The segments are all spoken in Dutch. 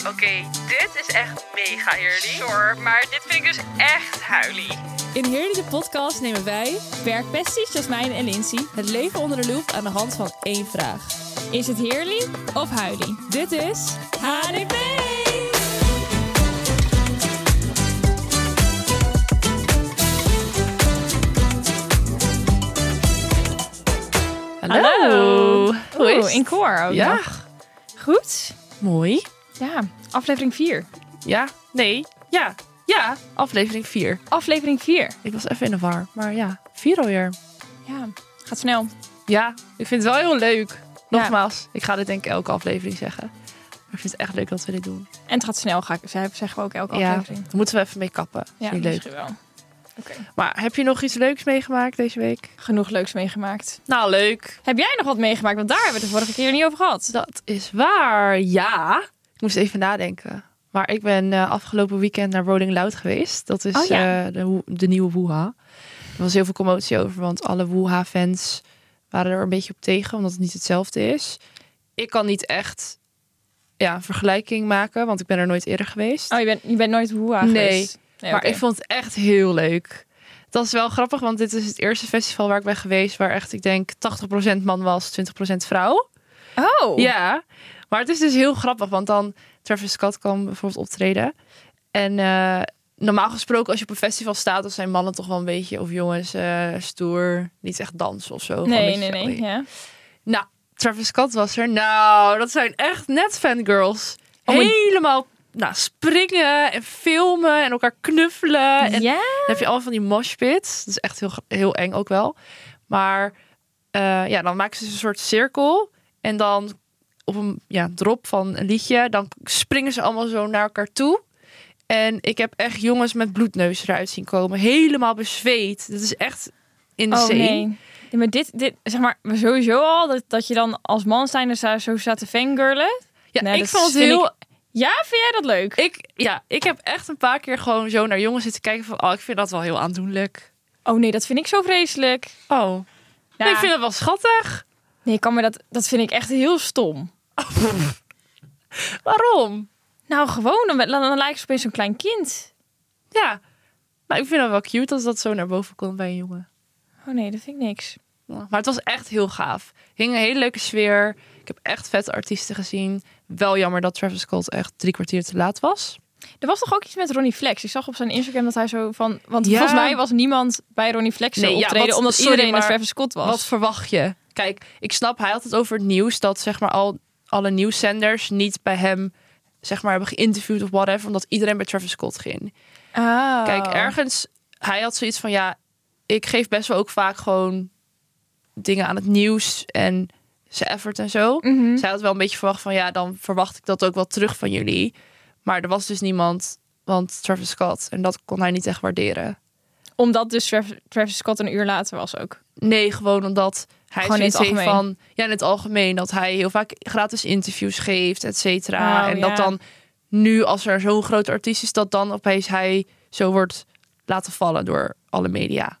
Oké, dit is echt mega heerlijk. Sure, maar dit vind ik dus echt huilie. In Heerly de podcast nemen wij, werkpesties Jasmijn en Lindsay, het leven onder de loep aan de hand van 1 vraag. Is het heerly of huilie? Dit is HDP! Hallo. Hoe is het? In koor ook Ja. nog. Goed? Mooi. Ja, aflevering 4. Ja, nee. Ja, aflevering 4. Aflevering 4. Ik was even in de war, maar ja, 4 alweer. Ja, gaat snel. Ja, ik vind het wel heel leuk. Nogmaals, ik ga dit denk ik elke aflevering zeggen. Maar ik vind het echt leuk dat we dit doen. En het gaat snel, zeggen we ook elke Ja, aflevering. daar moeten we even mee kappen. Ja, Vind ik leuk. misschien wel. Oké. Maar heb je nog iets leuks meegemaakt deze week? Genoeg leuks meegemaakt. Nou, leuk. Heb jij nog wat meegemaakt? Want daar hebben we het de vorige keer niet over gehad. Dat is waar, ja. Ik moest even nadenken. Maar ik ben afgelopen weekend naar Rolling Loud geweest. Dat is de nieuwe Woeha. Er was heel veel commotie over, want alle Woeha-fans waren er een beetje op tegen, omdat het niet hetzelfde is. Ik kan niet echt een vergelijking maken, want ik ben er nooit eerder geweest. Oh, je bent nooit Woeha geweest? Nee, maar oké. ik vond het echt heel leuk. Dat is wel grappig, want dit is het eerste festival waar ik ben geweest, waar echt, ik denk, 80% man was, 20% vrouw. Oh! Ja, maar het is dus heel grappig, want dan Travis Scott kan bijvoorbeeld optreden. En normaal gesproken, als je op een festival staat, dan zijn mannen toch wel een beetje, of jongens, stoer, niet echt dansen of zo. Nee. Ja. Nou, Travis Scott was er. Nou, dat zijn echt net fangirls. Oh, Helemaal springen en filmen en elkaar knuffelen. En Ja? dan heb je allemaal van die moshpits. Dat is echt heel eng ook wel. Maar dan maken ze een soort cirkel. En dan op een drop van een liedje, dan springen ze allemaal zo naar elkaar toe. En ik heb echt jongens met bloedneus eruit zien komen. Helemaal bezweet. Dat is echt insane. Oh nee. Ja, maar dit zeg maar sowieso al dat je dan als man zijn er zo staat te fangirlen. Ja, Nee, ik dat vond het vind heel... Ja, vind jij dat leuk? Ik heb echt een paar keer gewoon zo naar jongens zitten kijken van, ik vind dat wel heel aandoenlijk. Oh nee, dat vind ik zo vreselijk. Oh, Ja. ik vind het wel schattig. Nee, dat vind ik echt heel stom. Waarom? Nou, gewoon, dan lijkt ze opeens zo'n klein kind. Ja, maar ik vind het wel cute als dat zo naar boven komt bij een jongen. Oh nee, dat vind ik niks. Maar het was echt heel gaaf. Hing een hele leuke sfeer. Ik heb echt vette artiesten gezien. Wel jammer dat Travis Scott echt 3 kwartier te laat was. Er was toch ook iets met Ronnie Flex? Ik zag op zijn Instagram dat hij zo van... Want Ja. volgens mij was niemand bij Ronnie Flex zo optreden... omdat iedereen naar Travis Scott was. Wat verwacht je? Kijk, ik snap, hij had het over het nieuws... dat zeg maar alle nieuwszenders niet bij hem zeg maar hebben geïnterviewd of whatever... omdat iedereen bij Travis Scott ging. Oh. Kijk, ergens... Hij had zoiets van, ik geef best wel ook vaak gewoon dingen aan het nieuws... en zijn effort en zo. Mhm. Zij had wel een beetje verwacht van, dan verwacht ik dat ook wel terug van jullie... Maar er was dus niemand, want Travis Scott. En dat kon hij niet echt waarderen. Omdat dus Travis Scott een uur later was ook. Nee, gewoon omdat hij Gewoon in het zoiets heeft algemeen. van... Ja, in het algemeen. Dat hij heel vaak gratis interviews geeft, et cetera. Oh, en ja. dat dan nu, als er zo'n grote artiest is... dat dan opeens hij zo wordt laten vallen door alle media.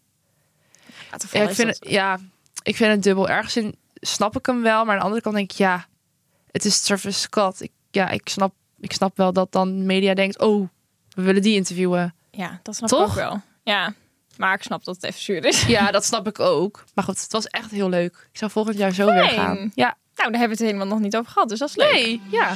Ik vind het dubbel. Ergens in snap ik hem wel. Maar aan de andere kant denk ik, het is Travis Scott. Ik snap wel dat dan media denkt... we willen die interviewen. Ja, dat snap Toch? ik ook wel. Ja, maar ik snap dat het even zuur is. Ja, dat snap ik ook. Maar goed, het was echt heel leuk. Ik zou volgend jaar zo weer gaan. Ja. Nou, daar hebben we het helemaal nog niet over gehad, dus dat is leuk. Nee, ja.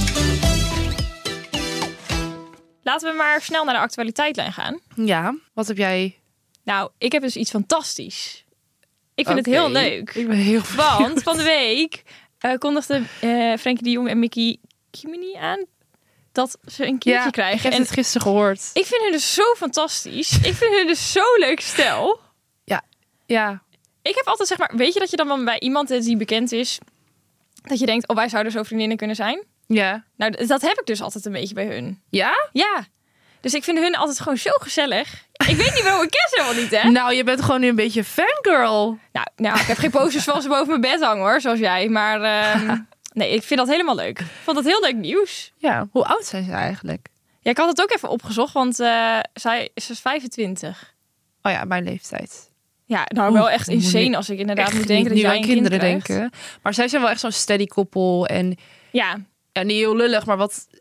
Laten we maar snel naar de actualiteitlijn gaan. Ja, wat heb jij? Nou, ik heb dus iets fantastisch. Ik vind het Oké. heel leuk. Ik ben heel Want van de week kondigden Frenkie de Jong en Mickey Kimini aan dat ze een kindje krijgen. Ik heb en het gisteren gehoord. ik vind hun dus zo fantastisch. Ik vind hun dus zo leuk stel. Ja. Ik heb altijd zeg maar, weet je dat je dan bij iemand die bekend is, dat je denkt, wij zouden zo vriendinnen kunnen zijn? Ja. Nou, dat heb ik dus altijd een beetje bij hun. Ja? Ja. Dus ik vind hun altijd gewoon zo gezellig. Ik weet niet waarom, ik ken ze helemaal niet, hè? Nou, je bent gewoon nu een beetje fangirl. Nou, ik heb geen posters van ze boven mijn bed hangen, hoor, zoals jij. Maar nee, ik vind dat helemaal leuk. Ik vond dat heel leuk nieuws. Ja, hoe oud zijn ze eigenlijk? Ja, ik had het ook even opgezocht, want ze is 25. Oh ja, mijn leeftijd. Ja, nou wel echt moet insane niet- als ik inderdaad Echt moet denken dat niet jij aan een kinderen kind krijgt. denken. Maar zij zijn wel echt zo'n steady koppel. En Ja, niet heel lullig, maar wat...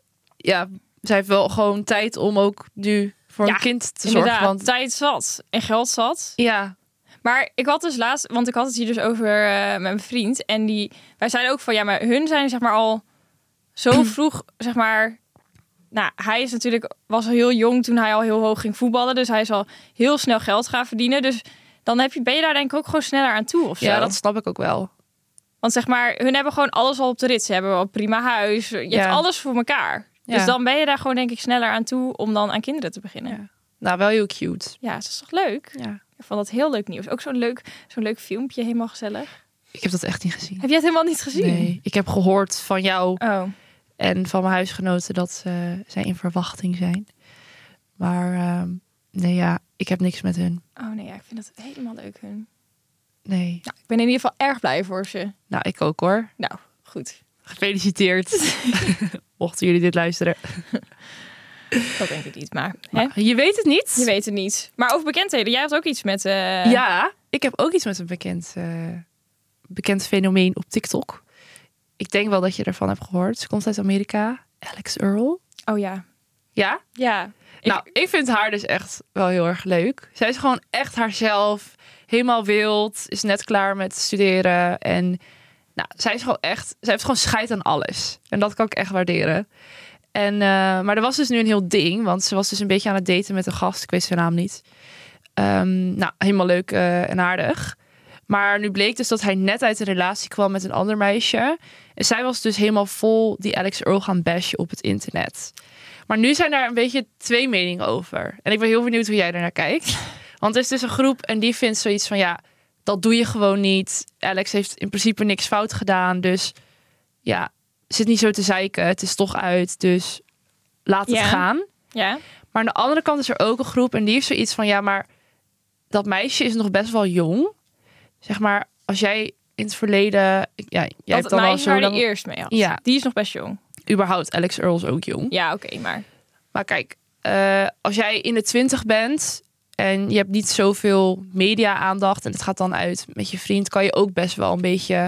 ja, zij heeft wel gewoon tijd om ook nu voor een kind te zorgen. Want tijd zat en geld zat. Ja. Maar ik had dus laatst, want ik had het hier dus over met mijn vriend. En wij zeiden ook van, ja, maar hun zijn zeg maar al zo vroeg, zeg maar... Nou, hij is natuurlijk, was al heel jong toen hij al heel hoog ging voetballen. Dus hij is al heel snel geld gaan verdienen. Dus dan ben je daar denk ik ook gewoon sneller aan toe of zo. Ja, dat snap ik ook wel. Want zeg maar, hun hebben gewoon alles al op de rit. Ze hebben wel een prima huis. Je hebt alles voor elkaar. Ja. Dus dan ben je daar gewoon denk ik sneller aan toe om dan aan kinderen te beginnen. Ja. Nou, wel heel cute. Ja, dat is toch leuk? Ja. Ik vond dat heel leuk nieuws. Ook zo'n leuk filmpje, helemaal gezellig. Ik heb dat echt niet gezien. Heb jij het helemaal niet gezien? Nee, ik heb gehoord van jou en van mijn huisgenoten dat zij in verwachting zijn. Maar nee, ja, ik heb niks met hun. Oh nee, ja, ik vind dat helemaal leuk hun. Nee. Nou, ik ben in ieder geval erg blij voor ze. Nou, ik ook hoor. Nou, goed. Gefeliciteerd. Mochten jullie dit luisteren. Dat denk ik niet, maar... Hè? Je weet het niet. Je weet het niet. Maar over bekendheden, jij had ook iets met... Ja, ik heb ook iets met een bekend fenomeen op TikTok. Ik denk wel dat je ervan hebt gehoord. Ze komt uit Amerika. Alex Earl. Oh ja. Ja? Ja. Ik vind haar dus echt wel heel erg leuk. Zij is gewoon echt haarzelf. Helemaal wild. Is net klaar met studeren. En nou, zij heeft gewoon scheid aan alles. En dat kan ik echt waarderen. En, maar er was dus nu een heel ding. Want ze was dus een beetje aan het daten met een gast. Ik weet zijn naam niet. Nou, helemaal leuk en aardig. Maar nu bleek dus dat hij net uit een relatie kwam met een ander meisje. En zij was dus helemaal vol die Alex Earl gaan bashen op het internet. Maar nu zijn daar een beetje twee meningen over. En ik ben heel benieuwd hoe jij ernaar kijkt. Want er is dus een groep en die vindt zoiets van... ja, dat doe je gewoon niet. Alex heeft in principe niks fout gedaan. Dus ja, zit niet zo te zeiken. Het is toch uit, dus laat het gaan. Ja. Maar aan de andere kant is er ook een groep en die heeft zoiets van... ja, maar dat meisje is nog best wel jong. Zeg maar, als jij in het verleden... Ja, jij hebt dan al zo lang... eerst mee had. Ja. Die is nog best jong. Überhaupt, Alex Earl is ook jong. Ja, oké, maar... Maar kijk, als jij in de 20 bent... en je hebt niet zoveel media-aandacht... en het gaat dan uit met je vriend... kan je ook best wel een beetje...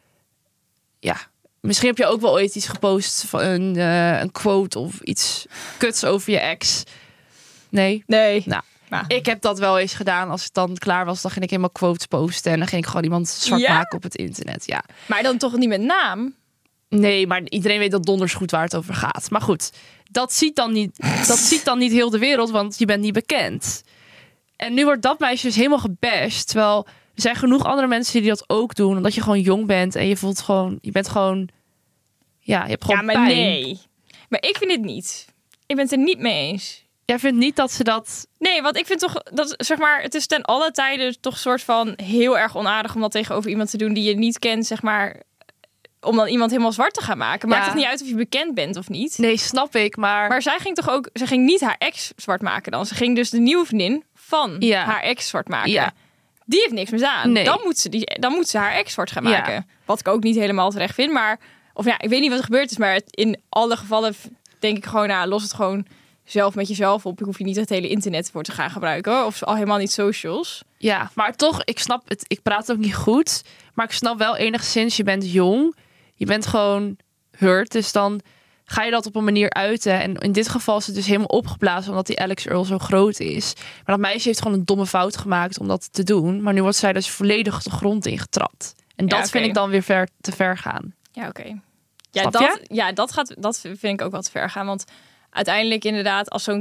ja, misschien heb je ook wel ooit iets gepost... van een quote of iets kuts over je ex. Nee? Nee. Nou, ik heb dat wel eens gedaan. Als ik dan klaar was, dan ging ik helemaal quotes posten... en dan ging ik gewoon iemand zwart maken op het internet. Ja. Maar dan toch niet met naam? Nee, maar iedereen weet dat donders goed waar het over gaat. Maar goed, dat ziet dan niet heel de wereld, want je bent niet bekend. En nu wordt dat meisje dus helemaal gebashed. Terwijl er zijn genoeg andere mensen die dat ook doen. Omdat je gewoon jong bent en je voelt gewoon... je bent gewoon... ja, je hebt gewoon maar pijn. Nee. Maar ik vind het niet. Ik ben het er niet mee eens. Jij vindt niet dat ze dat... Nee, want ik vind toch dat, zeg maar, het is ten alle tijden toch soort van heel erg onaardig om dat tegenover iemand te doen die je niet kent, zeg maar, om dan iemand helemaal zwart te gaan maken. Maakt het niet uit of je bekend bent of niet. Nee, snap ik, maar... Maar zij ging toch ook... Ze ging niet haar ex zwart maken dan. Ze ging dus de nieuwe vriendin van haar ex zwart maken. Ja. Die heeft niks misdaan. Nee. Dan moet ze haar ex zwart gaan maken. Ja. Wat ik ook niet helemaal terecht vind. Maar... Of ja, ik weet niet wat er gebeurd is. Maar in alle gevallen denk ik gewoon... Nou, los het gewoon zelf met jezelf op. Ik hoef je niet het hele internet voor te gaan gebruiken. Of al helemaal niet socials. Ja, maar toch, ik snap het. Ik praat ook niet goed. Maar ik snap wel enigszins, je bent jong. Je bent gewoon hurt. Dus dan ga je dat op een manier uiten. En in dit geval is het dus helemaal opgeblazen... omdat die Alex Earl zo groot is. Maar dat meisje heeft gewoon een domme fout gemaakt om dat te doen. Maar nu wordt zij dus volledig de grond ingetrapt. En dat vind ik dan weer te ver gaan. Ja, oké. Ja, dat vind ik ook wel te ver gaan. Want uiteindelijk inderdaad, als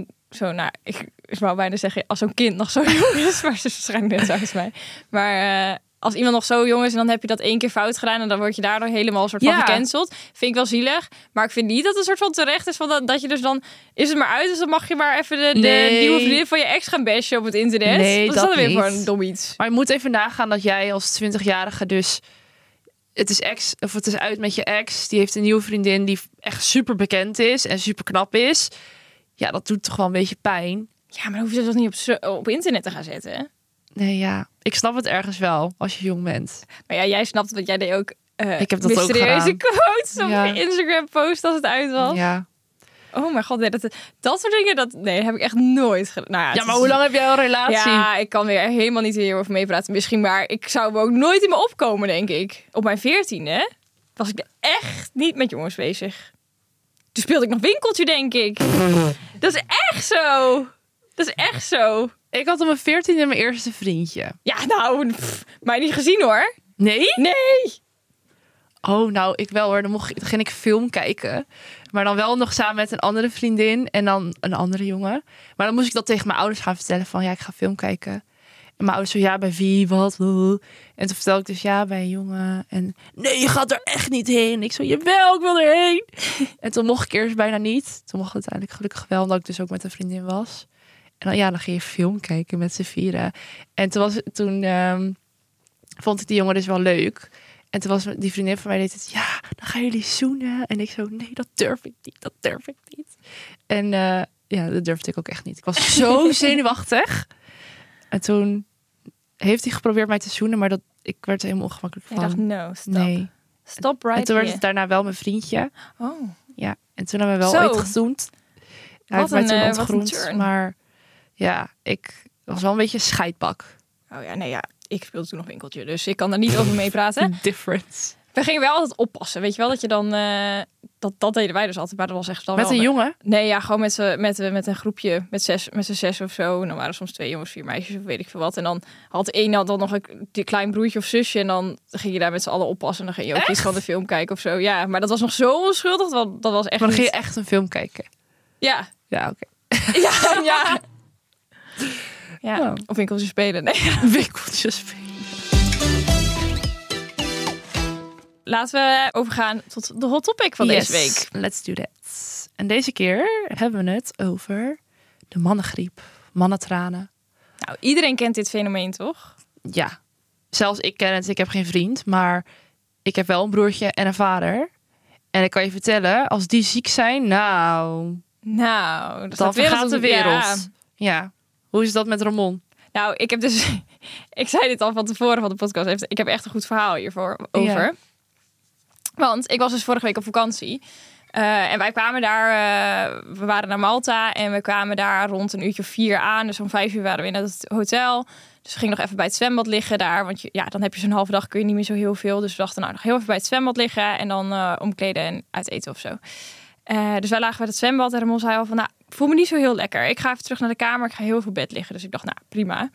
ik wou bijna zeggen, als zo'n kind nog zo jong is... maar ze is waarschijnlijk net zo als mij. Maar... als iemand nog zo jong is en dan heb je dat 1 keer fout gedaan... en dan word je daardoor helemaal een soort van gecanceld. Vind ik wel zielig. Maar ik vind niet dat het een soort van terecht is... van dat je dus dan... is het maar uit, dus dan mag je maar even de nieuwe vriendin van je ex gaan bashen op het internet. Nee, wat is dat weer voor een dom iets? Maar je moet even nagaan dat jij als 20-jarige dus... het is uit met je ex. Die heeft een nieuwe vriendin die echt super bekend is... en super knap is. Ja, dat doet toch wel een beetje pijn. Ja, maar dan hoef je dat niet op internet te gaan zetten, hè? Nee, ja. Ik snap het ergens wel, als je jong bent. Maar ja, jij snapt het, want jij deed ook ik heb dat ook gedaan. quotes op je Instagram-post als het uit was. Ja. Oh mijn god, nee, dat soort dingen, heb ik echt nooit gedaan. Nou ja, maar hoe lang heb jij al een relatie? Ja, ik kan weer helemaal niet hierover meepraten. Misschien, maar ik zou ook nooit in me opkomen, denk ik. Op mijn 14e was ik echt niet met jongens bezig. Toen speelde ik nog winkeltje, denk ik. Dat is echt zo. Dat is echt zo. Ik had op mijn 14e mijn eerste vriendje. Ja, nou, mij niet gezien hoor. Nee? Nee. Oh, nou, ik wel hoor. Dan ging ik film kijken. Maar dan wel nog samen met een andere vriendin en dan een andere jongen. Maar dan moest ik dat tegen mijn ouders gaan vertellen van ja, ik ga film kijken. En mijn ouders zo, ja, bij wie, wat? En toen vertelde ik dus ja, bij een jongen. En nee, je gaat er echt niet heen. Ik zo, jawel, ik wil erheen. En toen mocht ik eerst bijna niet. Toen mocht het uiteindelijk gelukkig wel, omdat ik dus ook met een vriendin was. En dan ging je film kijken met z'n vieren. En toen vond ik die jongen dus wel leuk. En toen was die vriendin van mij deed het, ja, dan gaan jullie zoenen. En ik zo, nee, dat durf ik niet. En ja, dat durfde ik ook echt niet. Ik was zo zenuwachtig. En toen heeft hij geprobeerd mij te zoenen, maar ik werd er helemaal ongemakkelijk van. Ik dacht, no, stop. Nee. Stop right. En toen werd het daarna wel mijn vriendje. Oh. Ja, en toen hebben we wel ooit gezoend. Hij heeft mij toen ontgroend. Maar ja, ik was wel een beetje een scheidbak. Oh ja, nee, ja. Ik speelde toen nog winkeltje, dus ik kan daar niet over meepraten. Difference. We gingen wel altijd oppassen, weet je wel, dat je dan... Dat deden wij dus altijd, maar dat was echt dan met wel... een jongen? Nee, ja, gewoon met een groepje, met z'n 6 of zo. En dan waren er soms 2 jongens, 4 meisjes of weet ik veel wat. En dan had één dan nog een klein broertje of zusje. En dan ging je daar met z'n allen oppassen. En dan ging je ook iets van de film kijken of zo. Ja, maar dat was nog zo onschuldig. Dat was echt. Maar dan ging je echt een film kijken? Ja. Ja, oké. Ja. Ja, of winkeltjes spelen. Nee. Winkeltjes spelen. Laten we overgaan tot de hot topic van deze week. Let's do that. En deze keer hebben we het over de mannengriep, mannentranen. Nou, iedereen kent dit fenomeen, toch? Ja, zelfs ik ken het. Ik heb geen vriend, maar ik heb wel een broertje en een vader. En ik kan je vertellen, als die ziek zijn, nou, dan vergaat de wereld. Ja. Hoe is dat met Ramon? Nou, ik heb dus... Ik zei dit al van tevoren van de podcast. Ik heb echt een goed verhaal hiervoor over. Ja. Want ik was dus vorige week op vakantie. En wij kwamen daar... we waren naar Malta. En we kwamen daar rond 4:00 aan. Dus om 5:00 waren we in het hotel. Dus we gingen nog even bij het zwembad liggen daar. Want dan heb je zo'n halve dag, kun je niet meer zo heel veel. Dus we dachten, nou, nog heel even bij het zwembad liggen. En dan omkleden en uit eten of zo. Dus wij lagen bij het zwembad. En Ramon zei al van, nou, ik voel me niet zo heel lekker. Ik ga even terug naar de kamer. Ik ga heel veel bed liggen. Dus ik dacht, nou, prima.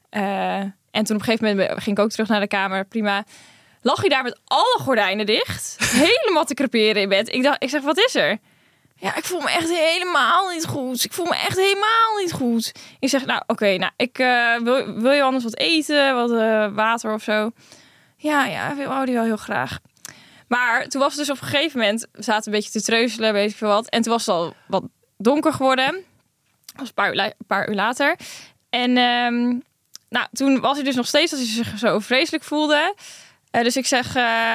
En toen op een gegeven moment ging ik ook terug naar de kamer. Prima. Lag hij daar met alle gordijnen dicht. Helemaal te creperen in bed. Ik zeg, wat is er? Ja, ik voel me echt helemaal niet goed. Ik voel me echt helemaal niet goed. Ik zeg, nou, oké, wil je anders wat eten? Wat water of zo? Ja, ik wou die wel heel graag. Maar toen was het dus op een gegeven moment... We zaten een beetje te treuzelen, weet ik veel wat. En toen was het al wat donker geworden. Dat was een paar uur later. En toen was hij dus nog steeds... als hij zich zo vreselijk voelde. Dus ik zeg...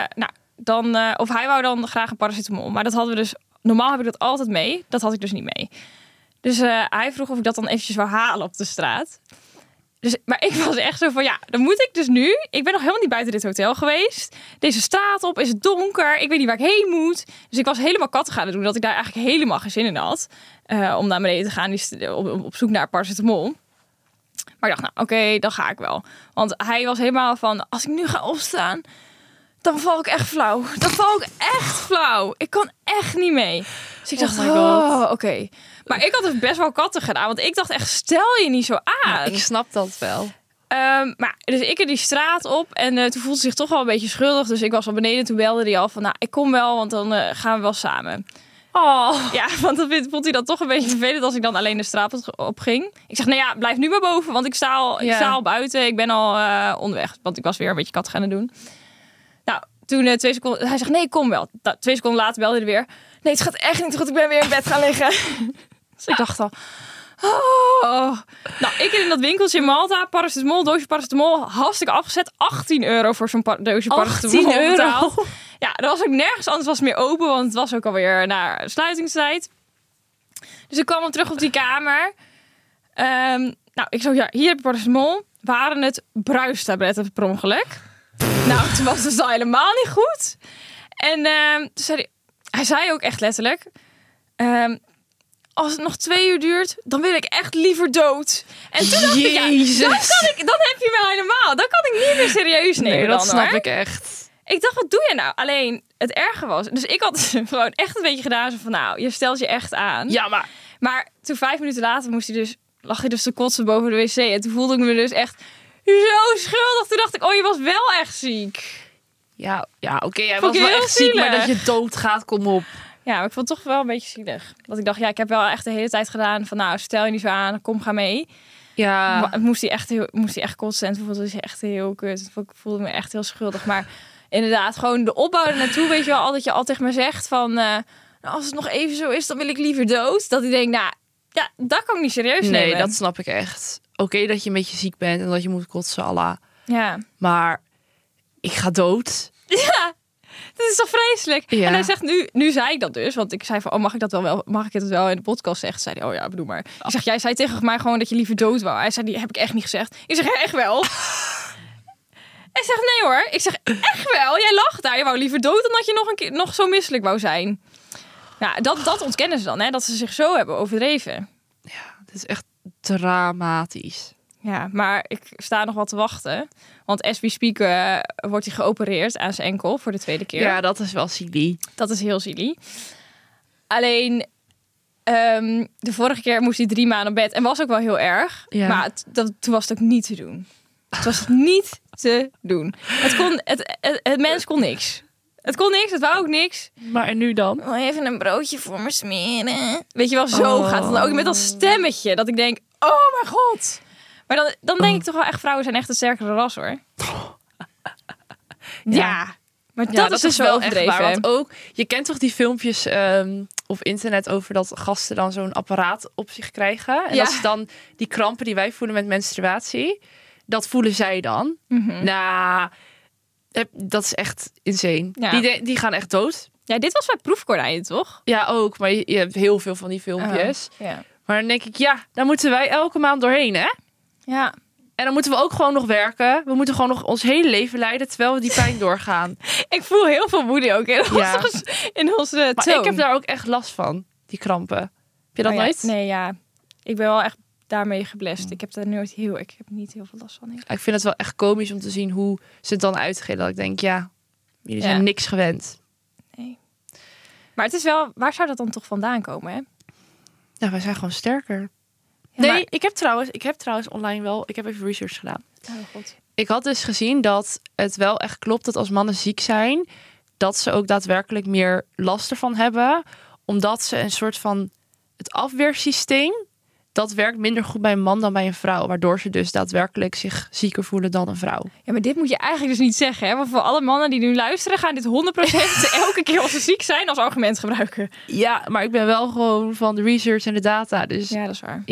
of hij wou dan graag een paracetamol. Maar dat hadden we dus... Normaal heb ik dat altijd mee. Dat had ik dus niet mee. Dus hij vroeg of ik dat dan eventjes wou halen op de straat. Maar ik was echt zo van, ja, dan moet ik dus nu... Ik ben nog helemaal niet buiten dit hotel geweest. Deze straat op, is het donker. Ik weet niet waar ik heen moet. Dus ik was helemaal katten gaan doen. Dat ik daar eigenlijk helemaal geen zin in had. Om naar beneden te gaan op zoek naar paracetamol. Maar ik dacht, nou, oké, dan ga ik wel. Want hij was helemaal van, als ik nu ga opstaan... dan val ik echt flauw. Dan val ik echt flauw. Ik kan echt niet mee. Dus ik dacht, oké. Maar ik had dus best wel katten gedaan. Want ik dacht echt, stel je niet zo aan. Ja, ik snap dat wel. Maar dus ik er die straat op. En toen voelde hij zich toch wel een beetje schuldig. Dus ik was al beneden. Toen belde hij al van, nou, ik kom wel. Want dan gaan we wel samen. Oh. Ja, want dan vond hij dat toch een beetje vervelend als ik dan alleen de straat op ging. Ik zeg, nou ja, blijf nu maar boven. Want ik sta al buiten. Ik ben al onderweg. Want ik was weer een beetje kat gaan doen. Nou, toen 2 seconden... Hij zegt, nee, kom wel. 2 seconden later belde hij weer. Nee, het gaat echt niet goed. Ik ben weer in bed gaan liggen. Dus ik dacht al... Oh. Nou, ik in dat winkeltje in Malta. Doosje paracetamol. Hartstikke afgezet. €18 voor zo'n doosje paracetamol. €18? Ja, er was ook nergens anders was meer open. Want het was ook alweer naar sluitingstijd. Dus ik kwam hem terug op die kamer. Nou, ik zo, ja, hier heb je paracetamol. Waren het bruistabletten per ongeluk? Nou, toen was het al helemaal niet goed. En toen zei hij zei ook echt letterlijk... als het nog 2 uur duurt, dan wil ik echt liever dood. En toen dacht ik, dan heb je me helemaal. Dan kan ik niet meer serieus nemen. Nee, dat snap ik echt. Ik dacht, wat doe je nou? Alleen, het erge was... Dus ik had gewoon echt een beetje gedaan. Zo van, nou, je stelt je echt aan. Ja, Maar toen 5 minuten later lag hij dus te kotsen boven de wc. En toen voelde ik me dus echt zo schuldig. Toen dacht ik, je was wel echt ziek. Ja, oké, jij was wel echt ziek, maar dat je doodgaat, kom op. Ja, maar ik vond het toch wel een beetje zielig. Dat ik dacht, ik heb wel echt de hele tijd gedaan van, nou, stel je niet zo aan, ga mee. Ja. Maar moest hij echt kotsen en toen voelde hij echt heel kut. Ik voelde me echt heel schuldig. Maar inderdaad, gewoon de opbouw ernaartoe, weet je wel, dat je altijd tegen me zegt van, nou, als het nog even zo is, dan wil ik liever dood. Dat ik denk, nou, ja, dat kan ik niet serieus nemen. Nee, dat snap ik echt. Oké, dat je een beetje ziek bent en dat je moet kotsen, Allah. Ja. Maar ik ga dood. Ja. Dat is toch vreselijk? Ja. En hij zegt, nu zei ik dat dus. Want ik zei van, mag ik het wel in de podcast zeggen? Zei hij, ja, bedoel maar. Ik zeg, jij zei tegen mij gewoon dat je liever dood wou. Hij zei, die heb ik echt niet gezegd. Ik zeg, echt wel. Hij zegt, nee hoor. Ik zeg, echt wel. Jij lacht daar. Je wou liever dood dan dat je nog zo misselijk wou zijn. Ja, dat ontkennen ze dan, hè. Dat ze zich zo hebben overdreven. Ja, het is echt dramatisch. Ja, maar ik sta nog wat te wachten. Want as we speak wordt hij geopereerd aan zijn enkel voor de 2e keer. Ja, dat is wel silly. Dat is heel silly. Alleen, de vorige keer moest hij 3 maanden op bed. En was ook wel heel erg. Ja. Maar toen was het ook niet te doen. Het was niet te doen. Het mens kon niks. Het kon niks, het wou ook niks. Maar en nu dan? Even een broodje voor me smeren. Weet je wel, zo gaat het. Ook met dat stemmetje. Dat ik denk, oh mijn god. Maar dan denk ik toch wel echt, vrouwen zijn echt een sterkere ras, hoor. Ja. Maar dat is dus wel overdreven. Echt waar, want ook, je kent toch die filmpjes op internet over dat gasten dan zo'n apparaat op zich krijgen. En dat ze dan die krampen die wij voelen met menstruatie, dat voelen zij dan. Mm-hmm. Nou, dat is echt insane. Ja. Die gaan echt dood. Ja, dit was bij proefkonijnen, toch? Ja, ook. Maar je hebt heel veel van die filmpjes. Maar dan denk ik, daar moeten wij elke maand doorheen, hè? Ja. En dan moeten we ook gewoon nog werken. We moeten gewoon nog ons hele leven leiden terwijl we die pijn doorgaan. Ik voel heel veel woede ook in onze maar toon. ik heb daar ook echt last van, die krampen. Heb je dat nooit? Nee, ja. Ik ben wel echt daarmee geblest. Ik heb daar ik heb niet heel veel last van. Ik vind het wel echt komisch om te zien hoe ze het dan uitgillen. Dat ik denk, jullie zijn niks gewend. Nee. Maar het is wel, waar zou dat dan toch vandaan komen, hè? Ja, wij zijn gewoon sterker. Ja, nee, maar ik heb trouwens online wel... Ik heb even research gedaan. Oh god. Ik had dus gezien dat het wel echt klopt dat als mannen ziek zijn, dat ze ook daadwerkelijk meer last ervan hebben. Omdat ze een soort van... Het afweersysteem, dat werkt minder goed bij een man dan bij een vrouw. Waardoor ze dus daadwerkelijk zich zieker voelen dan een vrouw. Ja, maar dit moet je eigenlijk dus niet zeggen, hè? Want voor alle mannen die nu luisteren, gaan dit 100% elke keer als ze ziek zijn als argument gebruiken. Ja, maar ik ben wel gewoon van de research en de data. Dus ja, dat is waar.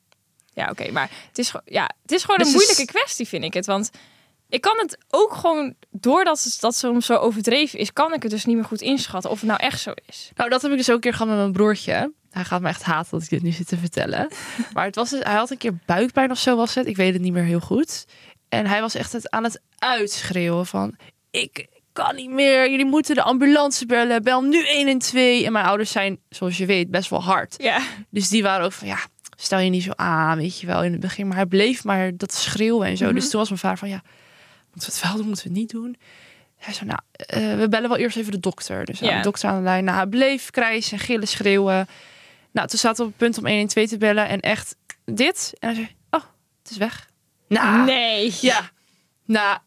Ja, oké, maar het is gewoon een moeilijke kwestie, vind ik het. Want ik kan het ook gewoon, doordat dat soms zo overdreven is, kan ik het dus niet meer goed inschatten of het nou echt zo is. Nou, dat heb ik dus ook een keer gehad met mijn broertje. Hij gaat me echt haten dat ik dit nu zit te vertellen. Maar het was dus, hij had een keer buikpijn of zo was het. Ik weet het niet meer heel goed. En hij was echt aan het uitschreeuwen van... Ik kan niet meer, jullie moeten de ambulance bellen. Bel nu 112. En mijn ouders zijn, zoals je weet, best wel hard. Ja. Dus die waren ook van, stel je niet zo aan, weet je wel, in het begin. Maar hij bleef maar dat schreeuwen en zo. Mm-hmm. Dus toen was mijn vader van, moeten we het wel doen, moeten we het niet doen? Hij zei, we bellen wel eerst even de dokter. Dus de dokter aan de lijn. Nou, hij bleef krijsen, gillen, schreeuwen. Nou, toen zaten we op het punt om 112 te bellen. En echt dit. En hij zei, het is weg. Nou, nee. Ja. Nou,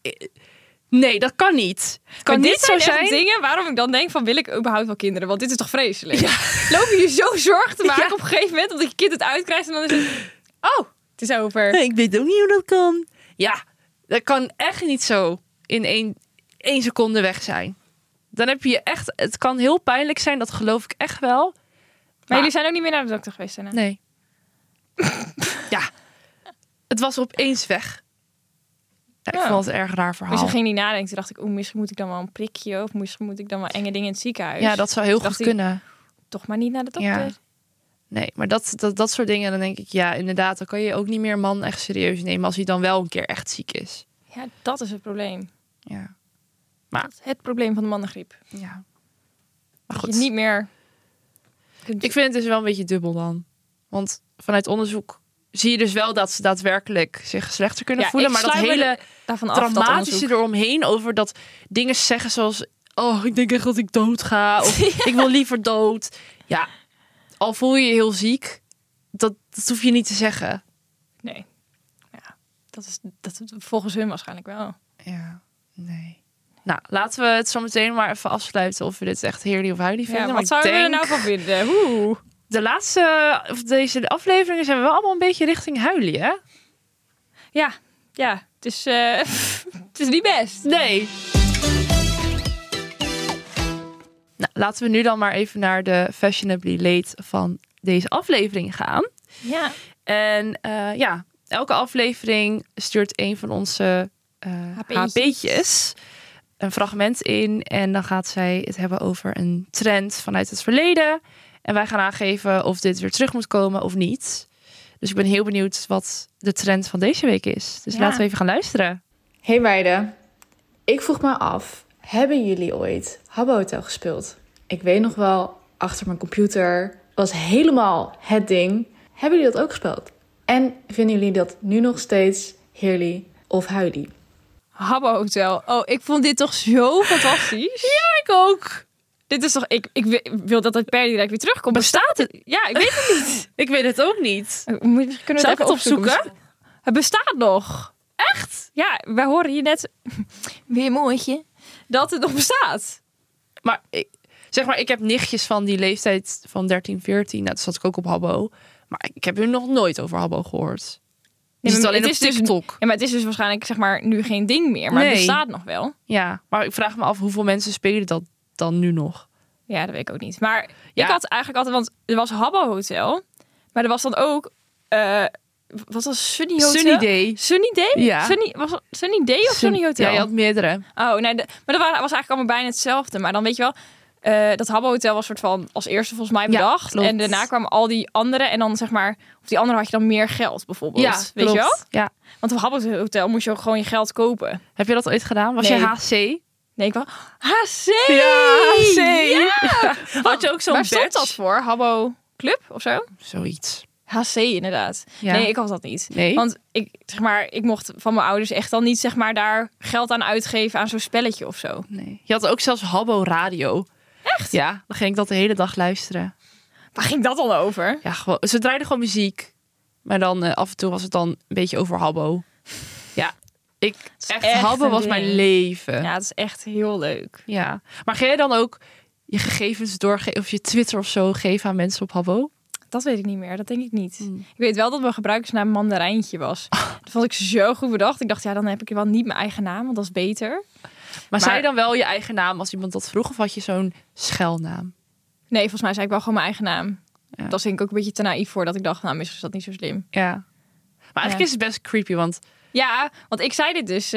nee, dat kan niet. Kan maar niet dit zo zijn. Dingen waarom ik dan denk van, wil ik überhaupt wel kinderen? Want dit is toch vreselijk? Ja. Loop je zo zorg te maken op een gegeven moment, omdat je kind het uitkrijgt en dan is het, het is over. Nee, ik weet ook niet hoe dat kan. Ja, dat kan echt niet zo in 1 seconde weg zijn. Dan heb je echt, het kan heel pijnlijk zijn, dat geloof ik echt wel. Maar jullie zijn ook niet meer naar de dokter geweest, hè? Nee. Ja, het was opeens weg. Ja, ik vond het een erg raar verhaal. Dus ging niet nadenken. Toen dacht ik, misschien moet ik dan wel een prikje of misschien moet ik dan wel enge dingen in het ziekenhuis. Ja, dat zou heel goed kunnen. Toch maar niet naar de dokter. Ja. Nee, maar dat soort dingen, dan denk ik, inderdaad, dan kan je ook niet meer een man echt serieus nemen als hij dan wel een keer echt ziek is. Ja, dat is het probleem. Ja. Maar dat is het probleem van de mannengriep. Ja. Maar goed. Dat je niet meer Ik vind het dus wel een beetje dubbel dan. Want vanuit onderzoek zie je dus wel dat ze daadwerkelijk zich slechter kunnen voelen. Maar dat hele traumatische eromheen over dat dingen zeggen zoals oh, ik denk echt dat ik dood ga. Of ik wil liever dood. Ja, al voel je je heel ziek, dat hoef je niet te zeggen. Nee. Ja, dat volgens hun waarschijnlijk wel. Ja, nee. Nou, laten we het zo meteen maar even afsluiten of we dit echt heerlijk of huilie vinden. Ja, wat zouden we er nou van vinden? De laatste, of deze afleveringen zijn we wel allemaal een beetje richting huilie, hè? Ja, het is, het is niet best. Nee. Nou, laten we nu dan maar even naar de Fashionably Late van deze aflevering gaan. Ja. En elke aflevering stuurt een van onze HP'tjes een fragment in. En dan gaat zij het hebben over een trend vanuit het verleden. En wij gaan aangeven of dit weer terug moet komen of niet. Dus ik ben heel benieuwd wat de trend van deze week is. Dus laten we even gaan luisteren. Hey meiden, ik vroeg me af, hebben jullie ooit Habbo Hotel gespeeld? Ik weet nog wel, achter mijn computer was helemaal het ding. Hebben jullie dat ook gespeeld? En vinden jullie dat nu nog steeds heerlijk of huilie? Habbo Hotel. Oh, ik vond dit toch zo fantastisch. Ja, ik ook. Dit is toch... Ik wil dat het per direct weer terugkomt. Bestaat het? Ja, ik weet het niet. Ik weet het ook niet. Kunnen we Zou het even opzoeken? Het bestaat nog. Echt? Ja, wij horen hier net... Weer mooitje. Dat het nog bestaat. Maar ik heb nichtjes van die leeftijd van 13, 14. Nou, toen zat ik ook op Habbo. Maar ik heb hun nog nooit over Habbo gehoord. Nee, het alleen het op TikTok. Dus, ja, maar het is dus waarscheinlijk nu geen ding meer. Maar het bestaat nog wel. Ja, maar ik vraag me af hoeveel mensen spelen dat dan nu nog. Ja, dat weet ik ook niet. Maar ik had eigenlijk altijd... Want er was Habbo Hotel. Maar er was dan ook... wat was Sunny Hotel? Sunny Day. Sunny Day? Ja. Was het Sunny Day of Sunny Hotel? Ja, je had meerdere. Oh, nee. Maar dat was eigenlijk allemaal bijna hetzelfde. Maar dan weet je wel... dat Habbo Hotel was soort van als eerste volgens mij bedacht. Ja, en daarna kwamen al die andere. En dan zeg maar... Of die andere had je dan meer geld bijvoorbeeld. Ja, weet je wel? Ja. Want op Habbo Hotel moest je ook gewoon je geld kopen. Heb je dat ooit gedaan? Was Nee. je HC? Nee, ik wel... HC! Ja, HC! Ja! Had je ook zo'n Waar stond badge? dat voor? Habbo Club of zo? Zoiets. HC inderdaad. Ja. Nee, ik had dat niet. Nee? Want ik mocht van mijn ouders echt dan niet daar geld aan uitgeven aan zo'n spelletje of zo. Nee. Je had ook zelfs Habbo Radio. Echt? Ja, dan ging ik dat de hele dag luisteren. Waar ging dat dan over? Ja, gewoon, ze draaiden gewoon muziek. Maar dan af en toe was het dan een beetje over Habbo. Ja, echt Habbo was mijn leven. Ja, het is echt heel leuk. Ja. Maar ga jij dan ook je gegevens doorgeven of je Twitter of zo geven aan mensen op Habbo? Dat weet ik niet meer. Dat denk ik niet. Ik weet wel dat mijn gebruikersnaam Mandarijntje was. Dat vond ik zo goed bedacht. Ik dacht, dan heb ik wel niet mijn eigen naam, want dat is beter. Maar zei je dan wel je eigen naam als iemand dat vroeg? Of had je zo'n schuilnaam? Nee, volgens mij zei ik wel gewoon mijn eigen naam. Ja. Dat vind ik ook een beetje te naïef voor dat ik dacht, nou, misschien is dat niet zo slim. Ja. Maar eigenlijk is het best creepy, want... Ja, want ik zei dit dus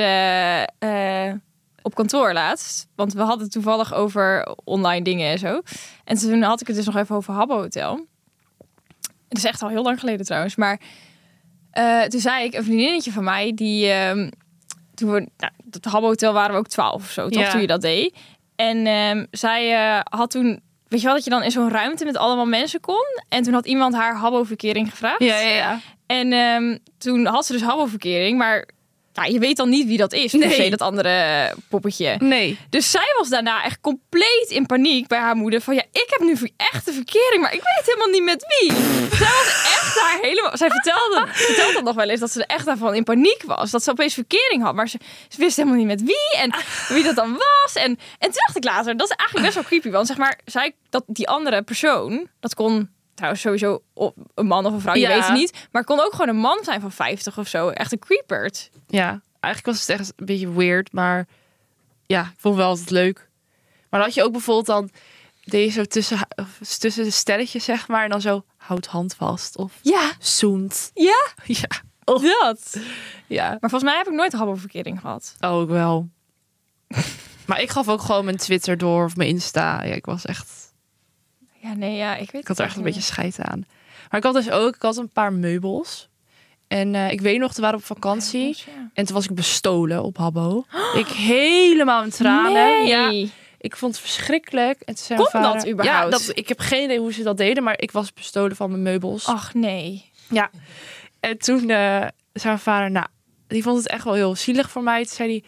op kantoor laatst. Want we hadden het toevallig over online dingen en zo. En toen had ik het dus nog even over Habbo Hotel. Het is echt al heel lang geleden trouwens. Maar toen zei ik, een vriendinnetje van mij, die... toen we... Nou, het Habbo Hotel waren we ook 12 of zo, toch? Ja. Toen je dat deed. En zij had toen... Weet je wel, dat je dan in zo'n ruimte met allemaal mensen kon. En toen had iemand haar Habbo-verkering gevraagd. Ja. En toen had ze dus Habbo-verkering, maar je weet dan niet wie dat is. Per se, dat andere poppetje. Nee. Dus zij was daarna echt compleet in paniek bij haar moeder. Van ik heb nu echt een verkering, maar ik weet helemaal niet met wie. Zij was echt daar helemaal... Zij vertelde dat nog wel eens, dat ze er echt daarvan in paniek was. Dat ze opeens verkering had, maar ze wist helemaal niet met wie en wie dat dan was. En toen dacht ik later, dat is eigenlijk best wel creepy. Want zeg maar, die andere persoon, dat kon... Trouwens, sowieso een man of een vrouw, je weet het niet. Maar het kon ook gewoon een man zijn van 50 of zo. Echt een creepert. Ja, eigenlijk was het echt een beetje weird. Maar ja, ik vond het wel altijd leuk. Maar dan had je ook bijvoorbeeld dan... Deed je zo tussen de stelletjes, zeg maar. En dan zo, houd hand vast. Of zoent. Ja? Ja. Dat. Ja. Maar volgens mij heb ik nooit een Habbo-verkering gehad. Oh, ik wel. Maar ik gaf ook gewoon mijn Twitter door of mijn Insta. Ja, ik was echt... Ja, nee, ja, ik weet Ik had er echt een beetje scheid aan. Maar ik had dus ook, een paar meubels. En ik weet nog, we waren op vakantie. Meubels, ja. En toen was ik bestolen op Habbo. Ik helemaal in tranen. Nee. Ja, ik vond het verschrikkelijk. En toen zei Kon mijn vader, dat überhaupt? Ja, ik heb geen idee hoe ze dat deden. Maar ik was bestolen van mijn meubels. Ach, nee. Ja. En toen zei mijn vader, nou, die vond het echt wel heel zielig voor mij. Toen zei hij,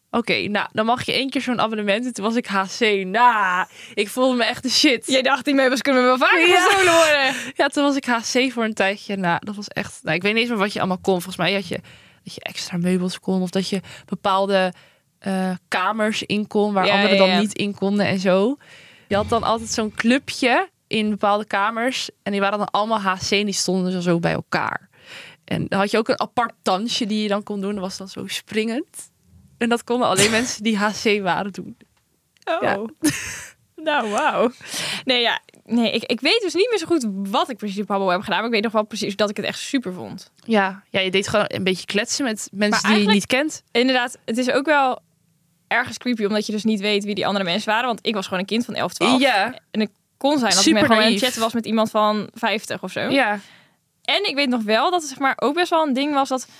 Oké, nou, dan mag je 1 keer zo'n abonnement. En toen was ik HC. Nou, ik voelde me echt de shit. Jij dacht, die meubels kunnen wel vaker gestolen worden. Ja, toen was ik HC voor een tijdje. Nou, dat was echt... Nou, ik weet niet eens meer wat je allemaal kon. Volgens mij had je dat je extra meubels kon. Of dat je bepaalde kamers in kon. Waar anderen dan niet in konden en zo. Je had dan altijd zo'n clubje in bepaalde kamers. En die waren dan allemaal HC. En die stonden dan zo bij elkaar. En dan had je ook een apart dansje die je dan kon doen. Dat was dan zo springend. En dat konden alleen mensen die HC waren doen. Oh. Ja. Nou, wauw. Nee, ik weet dus niet meer zo goed wat ik precies op Habbo heb gedaan. Maar ik weet nog wel precies dat ik het echt super vond. Ja, je deed gewoon een beetje kletsen met mensen die je niet kent. Inderdaad, het is ook wel ergens creepy. Omdat je dus niet weet wie die andere mensen waren. Want ik was gewoon een kind van 11, 12. Ja. En het kon zijn dat ik gewoon aan het chatten was met iemand van 50 of zo. Ja. En ik weet nog wel dat het zeg maar ook best wel een ding was dat...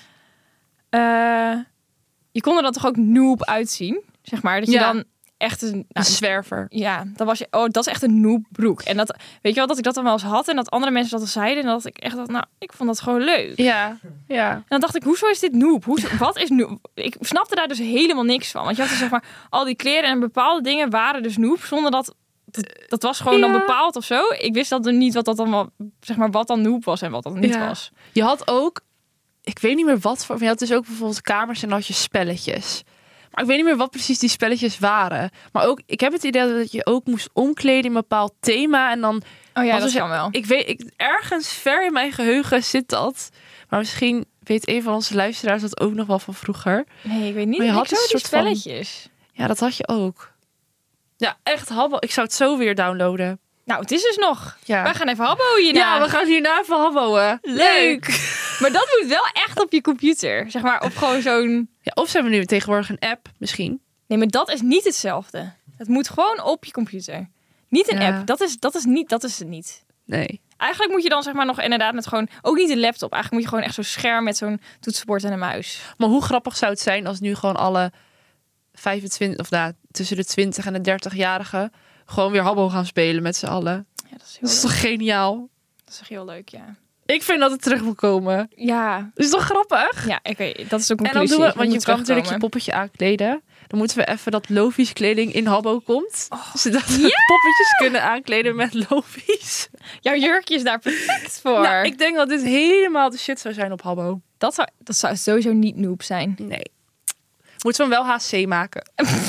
je kon er dan toch ook noob uitzien. Zeg maar, dat je dan echt een zwerver. Ja, dan was je... Oh, dat is echt een noobbroek. En dat, weet je wel, dat ik dat dan wel eens had. En dat andere mensen dat zeiden. En dat ik echt dacht, nou, ik vond dat gewoon leuk. Ja. En dan dacht ik, hoezo is dit noob? Wat is noob? Ik snapte daar dus helemaal niks van. Want je had dus zeg maar al die kleren en bepaalde dingen waren dus noob. Zonder dat... Dat was gewoon dan bepaald of zo. Ik wist dat er niet wat dat dan wel, zeg maar, wat dan noob was en wat dat niet was. Je had ook... Ik weet niet meer wat voor... Je had dus ook bijvoorbeeld kamers en dan had je spelletjes. Maar ik weet niet meer wat precies die spelletjes waren. Maar ook, ik heb het idee dat je ook moest omkleden in een bepaald thema. En dan... Oh ja, dat kan wel. Ik weet, ergens ver in mijn geheugen zit dat. Maar misschien weet een van onze luisteraars dat ook nog wel van vroeger. Nee, ik weet niet. Maar je had zo die spelletjes. Ja, dat had je ook. Ja, echt Habbo. Ik zou het zo weer downloaden. Nou, het is dus nog. Ja. Wij gaan even Habbo hierna. Ja, we gaan hierna even Habboen. Leuk. Maar dat moet wel echt op je computer. Zeg maar, op gewoon zo'n... Ja, of ze hebben nu tegenwoordig een app, misschien. Nee, maar dat is niet hetzelfde. Het moet gewoon op je computer. Niet een app. Dat is het niet. Nee. Eigenlijk moet je dan zeg maar nog inderdaad met gewoon... Ook niet een laptop. Eigenlijk moet je gewoon echt zo'n scherm met zo'n toetsenbord en een muis. Maar hoe grappig zou het zijn als nu gewoon alle 25... Of tussen de 20 en de 30-jarigen... gewoon weer Habbo gaan spelen met z'n allen. Ja, dat is toch geniaal? Dat is toch heel leuk, ja. Ik vind dat het terug moet komen. Ja. Is toch grappig? Ja, ik weet, dat is ook een conclusie. En dan doen we, want je kan natuurlijk je poppetje aankleden. Dan moeten we even dat Lovies kleding in Habbo komt. Zodat we poppetjes kunnen aankleden met Lovies. Jouw jurkje is daar perfect voor. Nou, ik denk dat dit helemaal de shit zou zijn op Habbo. Dat zou sowieso niet noob zijn. Nee. Moeten we hem wel HC maken.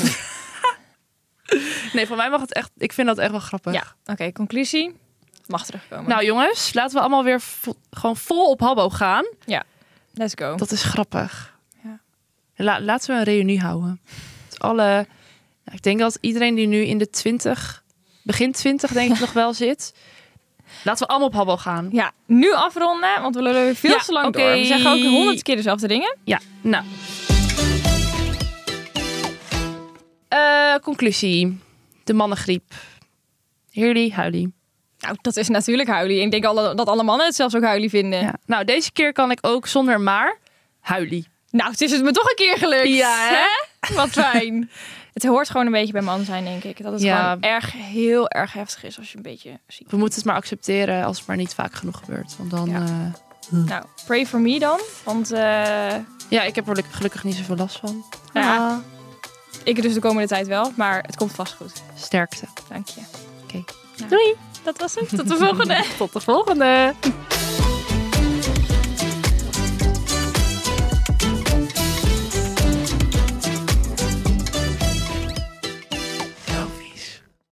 Nee, voor mij mag het echt... Ik vind dat echt wel grappig. Ja, oké, conclusie. Mag terugkomen. Nou jongens, laten we allemaal weer gewoon vol op Habbo gaan. Ja, let's go. Dat is grappig. Ja. Laten we een reunie houden. Ik denk dat iedereen die nu in de 20, begin 20 denk ik nog wel zit. Laten we allemaal op Habbo gaan. Ja, nu afronden, want we lullen weer veel te lang door. We zeggen ook 100 keer dezelfde dingen. Ja, nou. Conclusie. De mannengriep. Heerly, huilie. Nou, dat is natuurlijk huilie. Ik denk dat alle mannen het zelfs ook huilie vinden. Ja. Nou, deze keer kan ik ook zonder maar huilie. Nou, het is het me toch een keer gelukt. Ja, hè? Wat fijn. Het hoort gewoon een beetje bij man zijn, denk ik. Dat het gewoon heel erg heftig is als je een beetje ziek bent. We moeten het maar accepteren als het maar niet vaak genoeg gebeurt. Want dan... Ja. Nou, pray for me dan. Want... Ja, ik heb er gelukkig niet zoveel last van. Ja. Ik dus de komende tijd wel, maar het komt vast goed. Sterkte. Dank je. Oké. Nou, doei. Dat was het. Tot de volgende. Tot de volgende.